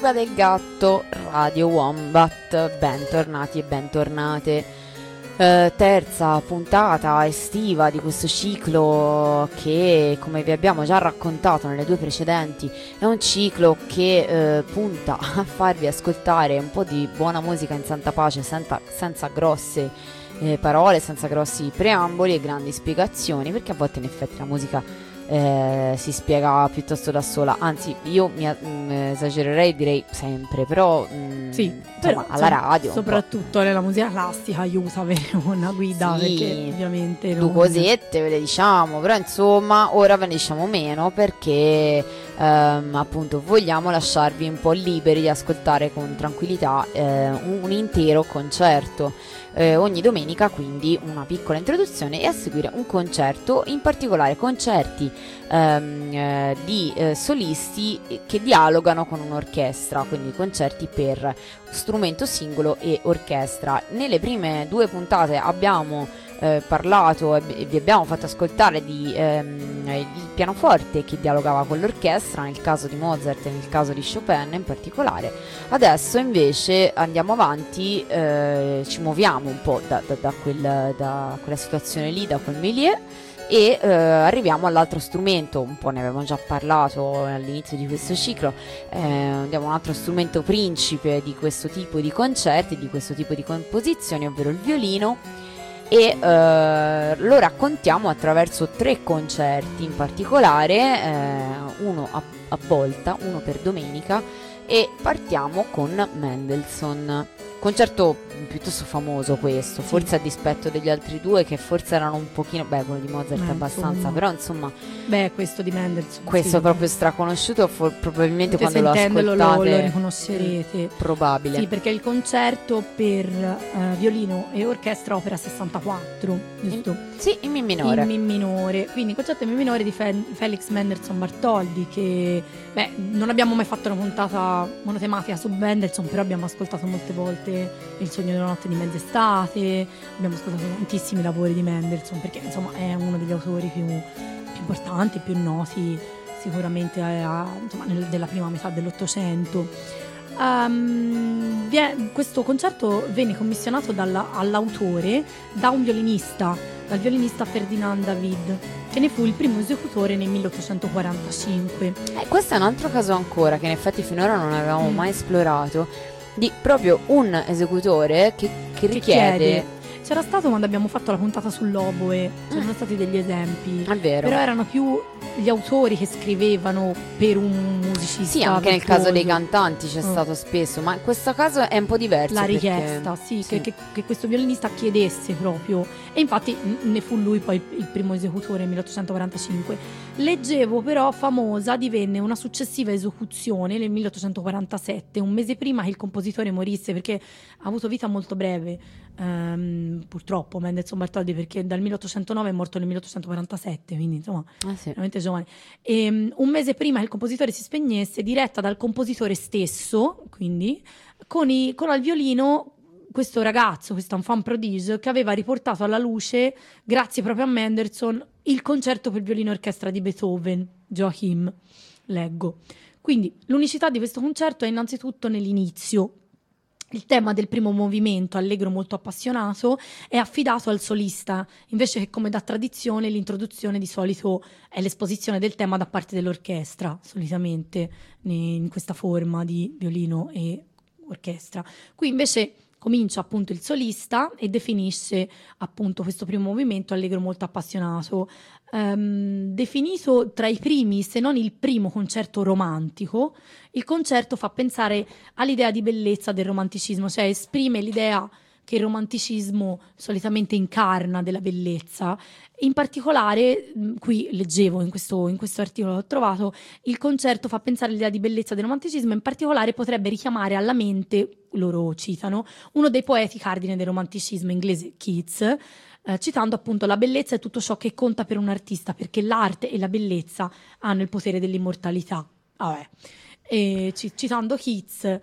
Pupa del Gatto, Radio Wombat, bentornati e bentornate. Terza puntata estiva di questo ciclo che, come vi abbiamo già raccontato nelle due precedenti, è un ciclo che punta a farvi ascoltare un po' di buona musica in santa pace, senza grosse parole, senza grossi preamboli e grandi spiegazioni, perché a volte in effetti la musica si spiega piuttosto da sola, anzi io esagererei, direi sempre, però sì, insomma, però, alla radio soprattutto nella musica classica aiuta avere una guida, sì, perché ovviamente due cosette ve le diciamo, però insomma ora ve ne diciamo meno perché appunto vogliamo lasciarvi un po' liberi di ascoltare con tranquillità un intero concerto ogni domenica, quindi una piccola introduzione e a seguire un concerto, in particolare concerti di solisti che dialogano con un'orchestra, quindi concerti per strumento singolo e orchestra. Nelle prime due puntate abbiamo parlato e vi abbiamo fatto ascoltare di il pianoforte che dialogava con l'orchestra, nel caso di Mozart e nel caso di Chopin in particolare. Adesso invece andiamo avanti, ci muoviamo un po' da quella situazione lì, da quel milieu, e arriviamo all'altro strumento. Un po' ne avevamo già parlato all'inizio di questo ciclo. Andiamo a un altro strumento principe di questo tipo di concerti, di questo tipo di composizioni, ovvero il violino, e lo raccontiamo attraverso tre concerti in particolare, uno a volta, uno per domenica, e partiamo con Mendelssohn. Concerto piuttosto famoso questo, forse a dispetto degli altri due che forse erano un pochino, quello di Mozart abbastanza, insomma. Però insomma questo di Mendelssohn, questo è proprio straconosciuto, probabilmente quando lo sentendolo ascoltate lo riconoscerete, probabile. sì, perché il concerto per violino e orchestra opera 64, giusto? Sì, in mi minore. In mi minore, quindi il concerto in mi minore di Felix Mendelssohn Bartholdy, che non abbiamo mai fatto una puntata monotematica su Mendelssohn, però abbiamo ascoltato molte volte Il sogno della notte di mezz'estate, abbiamo ascoltato tantissimi lavori di Mendelssohn, perché insomma è uno degli autori più importanti, più noti sicuramente della prima metà dell'Ottocento. Questo concerto venne commissionato all'autore da un violinista, dal violinista Ferdinand David, che ne fu il primo esecutore nel 1845. Questo è un altro caso ancora che in effetti finora non avevamo mai esplorato, di proprio un esecutore che richiede. C'era stato quando abbiamo fatto la puntata sull'oboe, c'erano stati degli esempi, è vero, però erano più gli autori che scrivevano per un musicista. Sì, anche virtuoso. nel caso dei cantanti c'è stato spesso, ma in questo caso è un po' diverso. La richiesta, sì. Che questo violinista chiedesse proprio, e infatti ne fu lui poi il primo esecutore nel 1845. Leggevo però famosa divenne una successiva esecuzione nel 1847, un mese prima che il compositore morisse, perché ha avuto vita molto breve, purtroppo Mendelssohn Bartholdy, perché dal 1809 è morto nel 1847, quindi insomma veramente giovane. E, un mese prima che il compositore si spegnesse, diretta dal compositore stesso, quindi con al violino questo ragazzo, questo enfant prodige, che aveva riportato alla luce, grazie proprio a Mendelssohn, il concerto per violino e orchestra di Beethoven, Joachim, leggo. Quindi l'unicità di questo concerto è innanzitutto nell'inizio. Il tema del primo movimento, allegro molto appassionato, è affidato al solista, invece che come da tradizione l'introduzione di solito è l'esposizione del tema da parte dell'orchestra, solitamente in questa forma di violino e orchestra. Qui invece comincia appunto il solista e definisce appunto questo primo movimento, allegro molto appassionato, definito tra i primi, se non il primo concerto romantico. Il concerto fa pensare all'idea di bellezza del romanticismo, cioè esprime l'idea che il romanticismo solitamente incarna della bellezza. In particolare, qui leggevo in questo articolo che ho trovato, il concerto fa pensare all'idea di bellezza del romanticismo, in particolare potrebbe richiamare alla mente, loro citano, uno dei poeti cardine del romanticismo inglese, Keats, citando appunto: la bellezza è tutto ciò che conta per un artista, perché l'arte e la bellezza hanno il potere dell'immortalità. E citando Keats,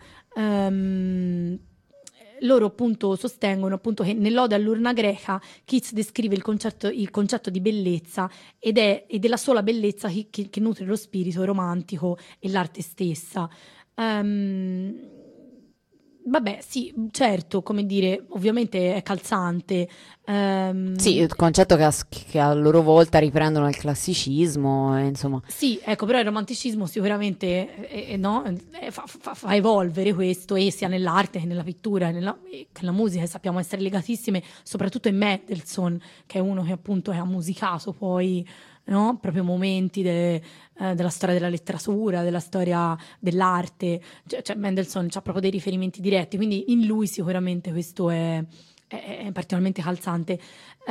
loro appunto sostengono appunto che nell'Ode all'urna greca Keats descrive il concetto di bellezza ed è la sola bellezza che nutre lo spirito romantico e l'arte stessa. Ehm, Vabbè, sì, certo, come dire, ovviamente è calzante. Sì, il concetto che a loro volta riprendono il classicismo, insomma. Sì, ecco, però il romanticismo sicuramente no, fa evolvere questo, e sia nell'arte che nella pittura che nella musica, e sappiamo essere legatissime, soprattutto in Mendelssohn, che è uno che appunto ha musicato poi, no, proprio momenti della storia della letteratura, della storia dell'arte. Cioè Mendelssohn ha proprio dei riferimenti diretti, quindi in lui sicuramente questo è particolarmente calzante.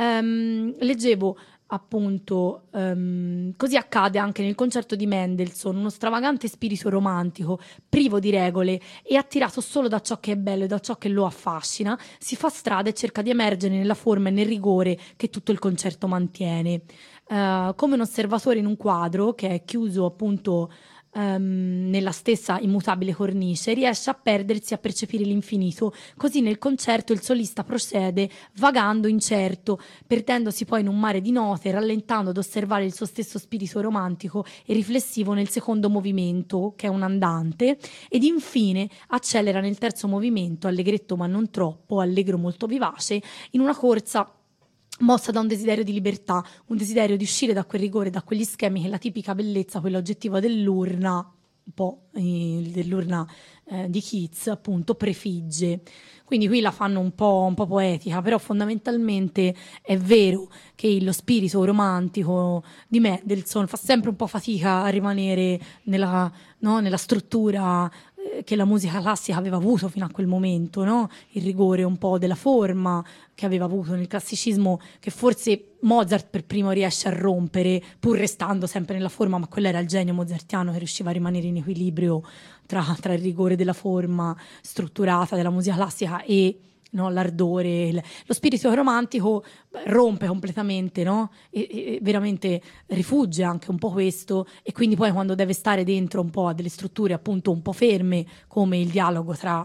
Leggevo appunto, così accade anche nel concerto di Mendelssohn, uno stravagante spirito romantico, privo di regole e attirato solo da ciò che è bello e da ciò che lo affascina, si fa strada e cerca di emergere nella forma e nel rigore che tutto il concerto mantiene. Come un osservatore in un quadro che è chiuso appunto nella stessa immutabile cornice, riesce a perdersi, a percepire l'infinito. Così nel concerto il solista procede vagando incerto, perdendosi poi in un mare di note, rallentando ad osservare il suo stesso spirito romantico e riflessivo nel secondo movimento, che è un andante, ed infine accelera nel terzo movimento, allegretto ma non troppo, allegro molto vivace, in una corsa mossa da un desiderio di libertà, un desiderio di uscire da quel rigore, da quegli schemi che la tipica bellezza, quella oggettiva dell'urna, un po' dell'urna di Keats, appunto, prefigge. Quindi qui la fanno un po' poetica, però fondamentalmente è vero che lo spirito romantico di Mendelssohn fa sempre un po' fatica a rimanere nella, no, nella struttura che la musica classica aveva avuto fino a quel momento, no? Il rigore un po' della forma che aveva avuto nel classicismo, che forse Mozart per primo riesce a rompere, pur restando sempre nella forma, ma quello era il genio mozartiano che riusciva a rimanere in equilibrio tra il rigore della forma strutturata della musica classica e, no, l'ardore, lo spirito romantico rompe completamente, no? E veramente rifugge anche un po' questo, e quindi poi quando deve stare dentro un po' a delle strutture appunto un po' ferme, come il dialogo tra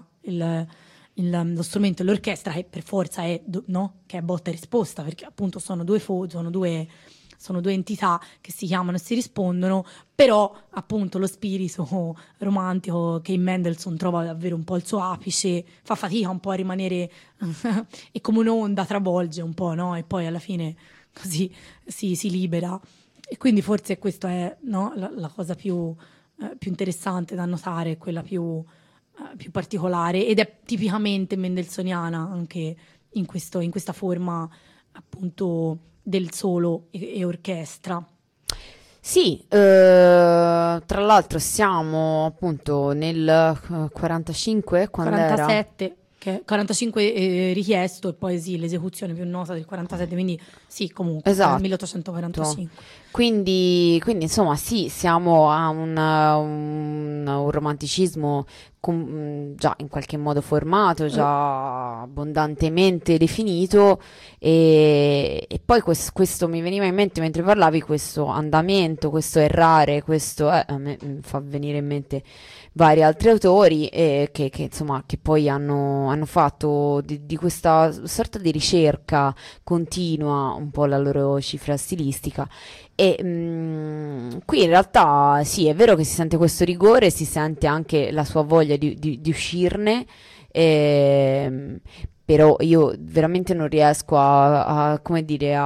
lo strumento e l'orchestra, che per forza è, no? Che è botta e risposta, perché appunto sono due entità che si chiamano e si rispondono, però appunto lo spirito romantico che in Mendelssohn trova davvero un po' il suo apice, fa fatica un po' a rimanere e come un'onda travolge un po', no? E poi alla fine così si libera. E quindi forse questa è, no, la cosa più interessante da notare, quella più particolare, ed è tipicamente mendelssohniana anche in questa forma appunto del solo e orchestra. Sì, tra l'altro siamo appunto nel 45, quando era? 47, che 45 richiesto, e poi sì, l'esecuzione più nota del 47, quindi sì, comunque, Esatto. 1845. Quindi insomma sì, siamo a un romanticismo già in qualche modo formato, già abbondantemente definito, e poi questo mi veniva in mente mentre parlavi, questo andamento, questo errare, questo a me fa venire in mente vari altri autori insomma che poi hanno fatto di questa sorta di ricerca continua un po' la loro cifra stilistica. E qui in realtà sì, è vero che si sente questo rigore, si sente anche la sua voglia di uscirne, ehm, però io veramente non riesco come dire,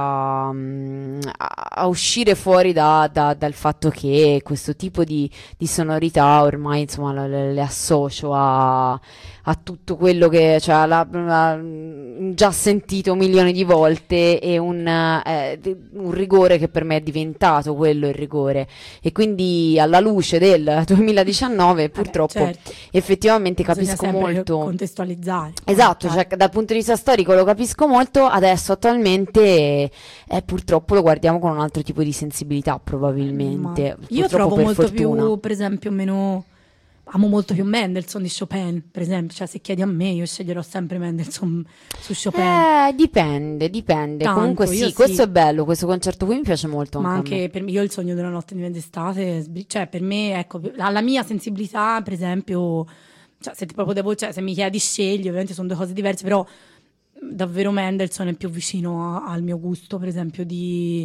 a uscire fuori dal fatto che questo tipo di sonorità ormai insomma le associo a tutto quello che cioè, già sentito milioni di volte, e un rigore che per me è diventato quello il rigore, e quindi alla luce del 2019 purtroppo Certo, effettivamente bisogna capisco sempre molto. contestualizzare. Esatto, Chiaro. cioè dal punto di vista storico lo capisco molto, adesso attualmente purtroppo lo guardiamo con un altro tipo di sensibilità Ma probabilmente, io purtroppo trovo per molto fortuna. più, per esempio, meno. Amo molto più Mendelssohn di Chopin, per esempio. Cioè, se chiedi a me, io sceglierò sempre Mendelssohn su Chopin. Dipende. Comunque Tanto, io sì, sì. questo è bello, questo concerto qui mi piace molto Ma anche a me. anche per me, io il sogno della notte di mezz'estate, cioè per me, ecco, alla mia sensibilità, per esempio, cioè, se ti proprio devo, cioè, se mi chiedi scegli, ovviamente sono due cose diverse, però davvero Mendelssohn è più vicino al mio gusto, per esempio,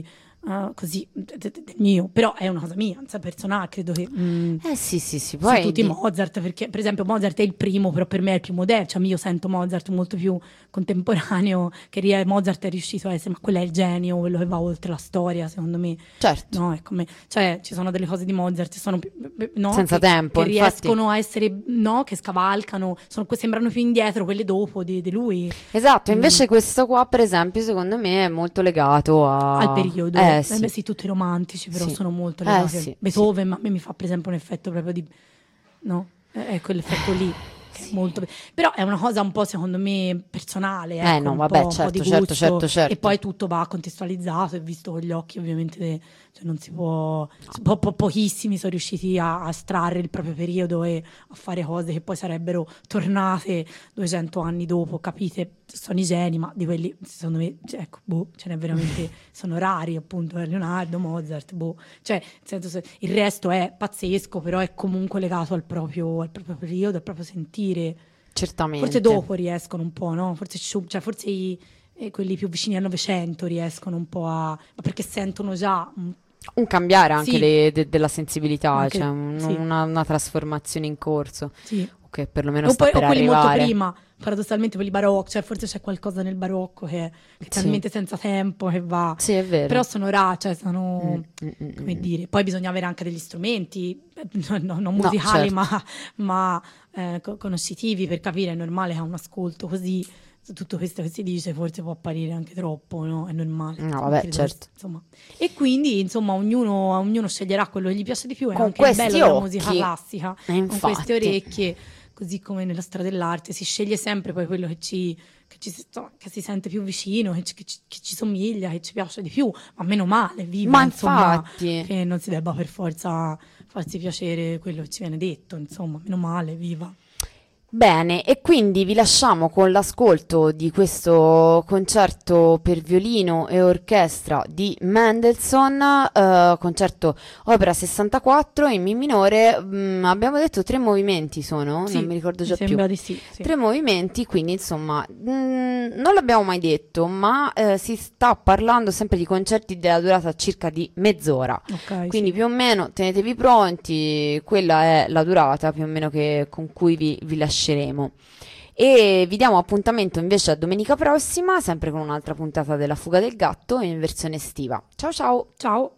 così del mio, però è una cosa mia, cioè personale, credo che sì, poi tutti Mozart, perché per esempio Mozart è il primo, però per me è il più moderno, cioè io sento Mozart molto più contemporaneo, che Mozart è riuscito a essere, ma quello è il genio, quello che va oltre la storia, secondo me. Certo. No, è come, cioè ci sono delle cose di Mozart sono no, senza tempo, che riescono a essere, no, che scavalcano, sembrano più indietro quelle dopo di lui. Esatto, invece questo qua per esempio secondo me è molto legato al periodo. Sì. Sì, tutti romantici, però Sì. sono molto legati. Sì, Beethoven, ma a me mi fa per esempio un effetto proprio di, no? È quell'effetto lì. Che è molto... Però è una cosa un po' secondo me personale, ecco, no, un vabbè, po', certo, un po' di gusto, certo. e poi tutto va contestualizzato e visto con gli occhi ovviamente, cioè non si può, pochissimi sono riusciti a estrarre il proprio periodo e a fare cose che poi sarebbero tornate 200 anni dopo, capite? Sono i geni, ma di quelli secondo me, cioè, ecco, ce n'è veramente, sono rari appunto, Leonardo, Mozart, cioè nel senso, il resto è pazzesco, però è comunque legato al proprio periodo, al proprio sentire. Certamente. Forse dopo riescono un po', no? Forse quelli più vicini al Novecento riescono un po' ma perché sentono già un cambiare anche sì. della sensibilità, anche, cioè sì. una trasformazione in corso. Sì. Che perlomeno sta per arrivare. Molto prima, paradossalmente quelli barocco, cioè forse c'è qualcosa nel barocco che è talmente senza tempo che va. Sì, è vero. Però sono cioè sono come dire, poi bisogna avere anche degli strumenti non musicali, certo. ma conoscitivi per capire. È normale che a un ascolto così tutto questo che si dice forse può apparire anche troppo, no? È normale. No, vabbè, certo. Insomma. E quindi, insomma, ognuno sceglierà quello che gli piace di più. È con anche il bello della musica classica, con queste orecchie, così come nella storia dell'arte, si sceglie sempre poi quello che si sente più vicino, che ci somiglia, che ci piace di più, ma meno male, viva, ma insomma, infatti, che non si debba per forza farsi piacere quello che ci viene detto, insomma, meno male, viva. Bene, e quindi vi lasciamo con l'ascolto di questo concerto per violino e orchestra di Mendelssohn, concerto opera 64 in Mi minore. Abbiamo detto 3 movimenti sono, sì, non mi ricordo già più. Sembra di sì. 3 movimenti, quindi insomma non l'abbiamo mai detto, ma si sta parlando sempre di concerti della durata circa di mezz'ora. Okay, quindi sì. più o meno tenetevi pronti, quella è la durata più o meno con cui vi lasceremo. E vi diamo appuntamento invece a domenica prossima, sempre con un'altra puntata della Fuga del Gatto in versione estiva. Ciao ciao! Ciao!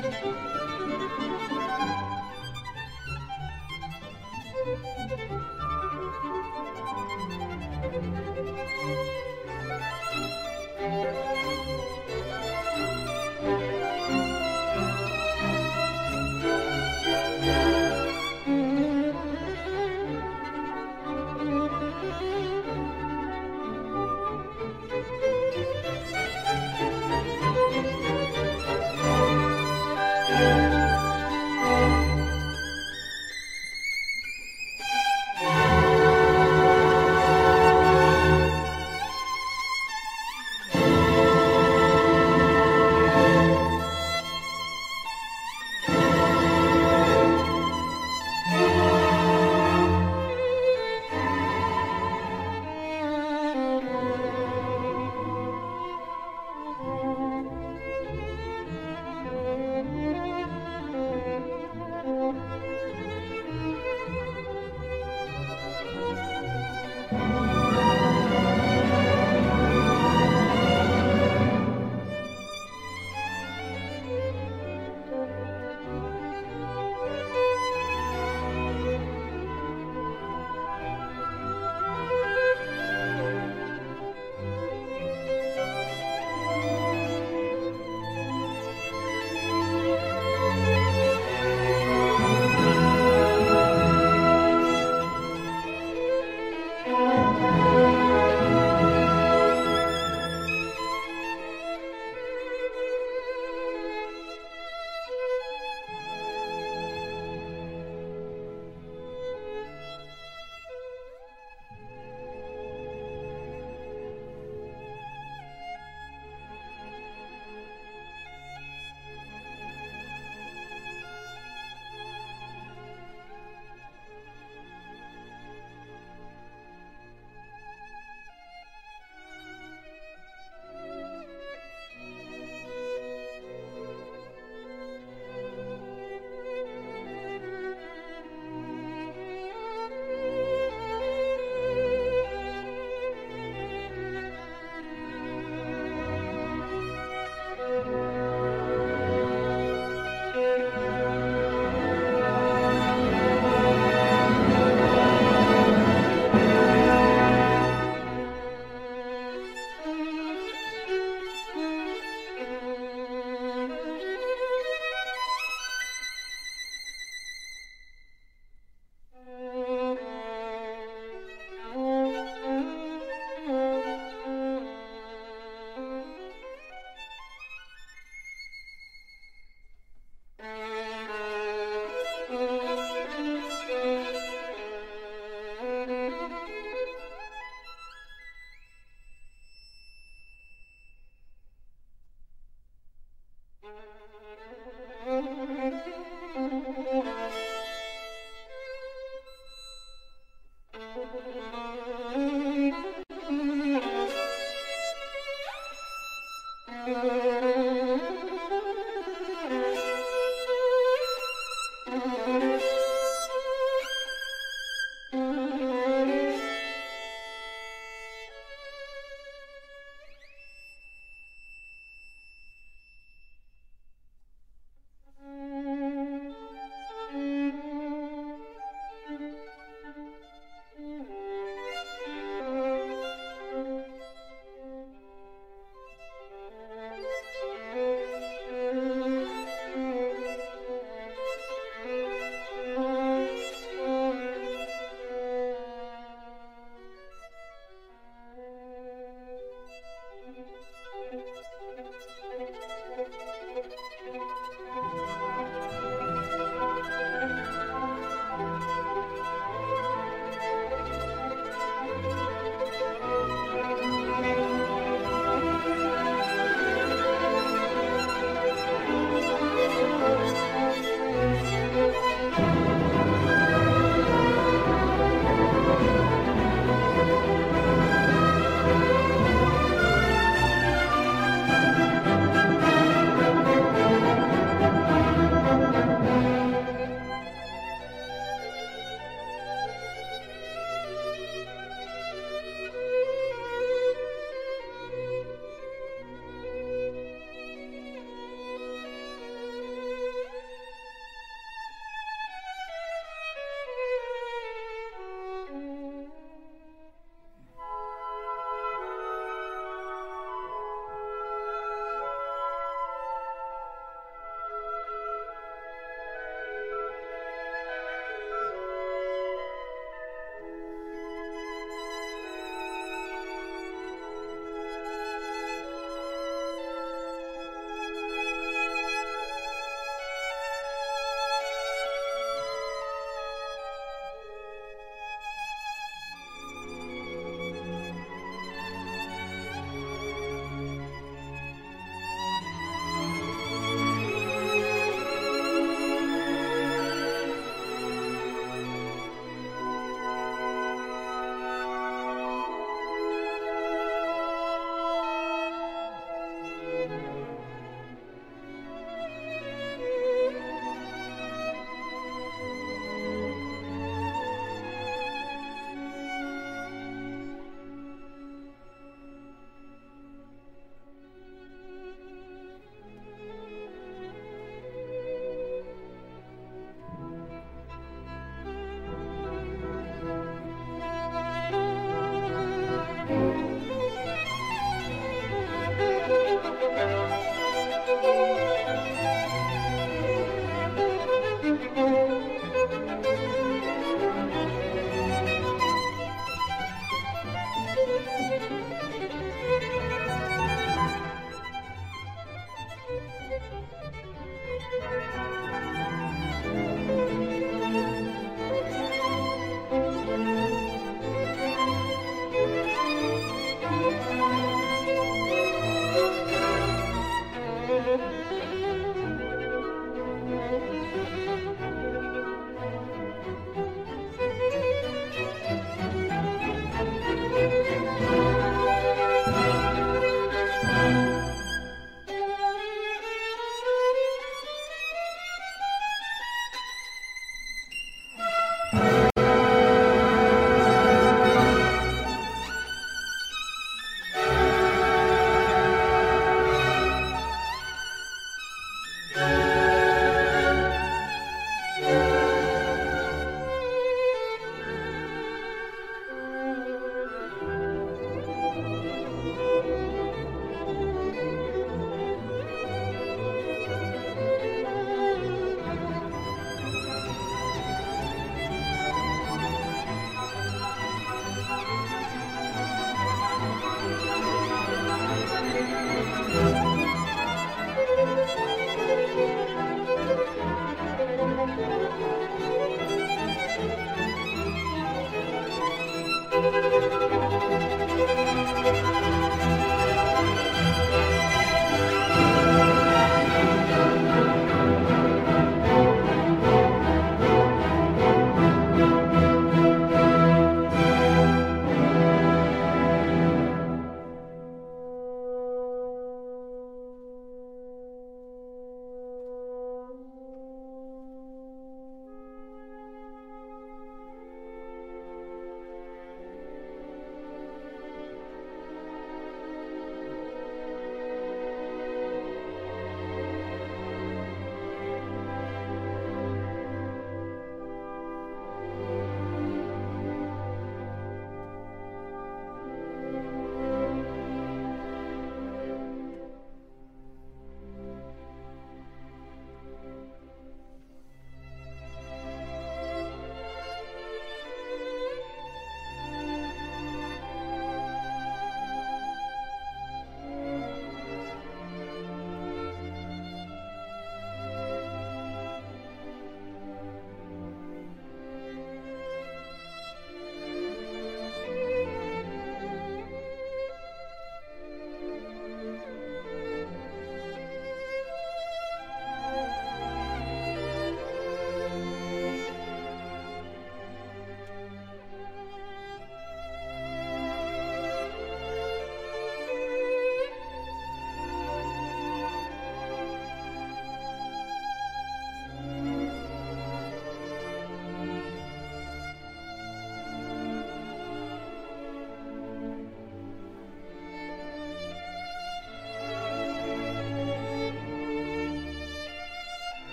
Thank you.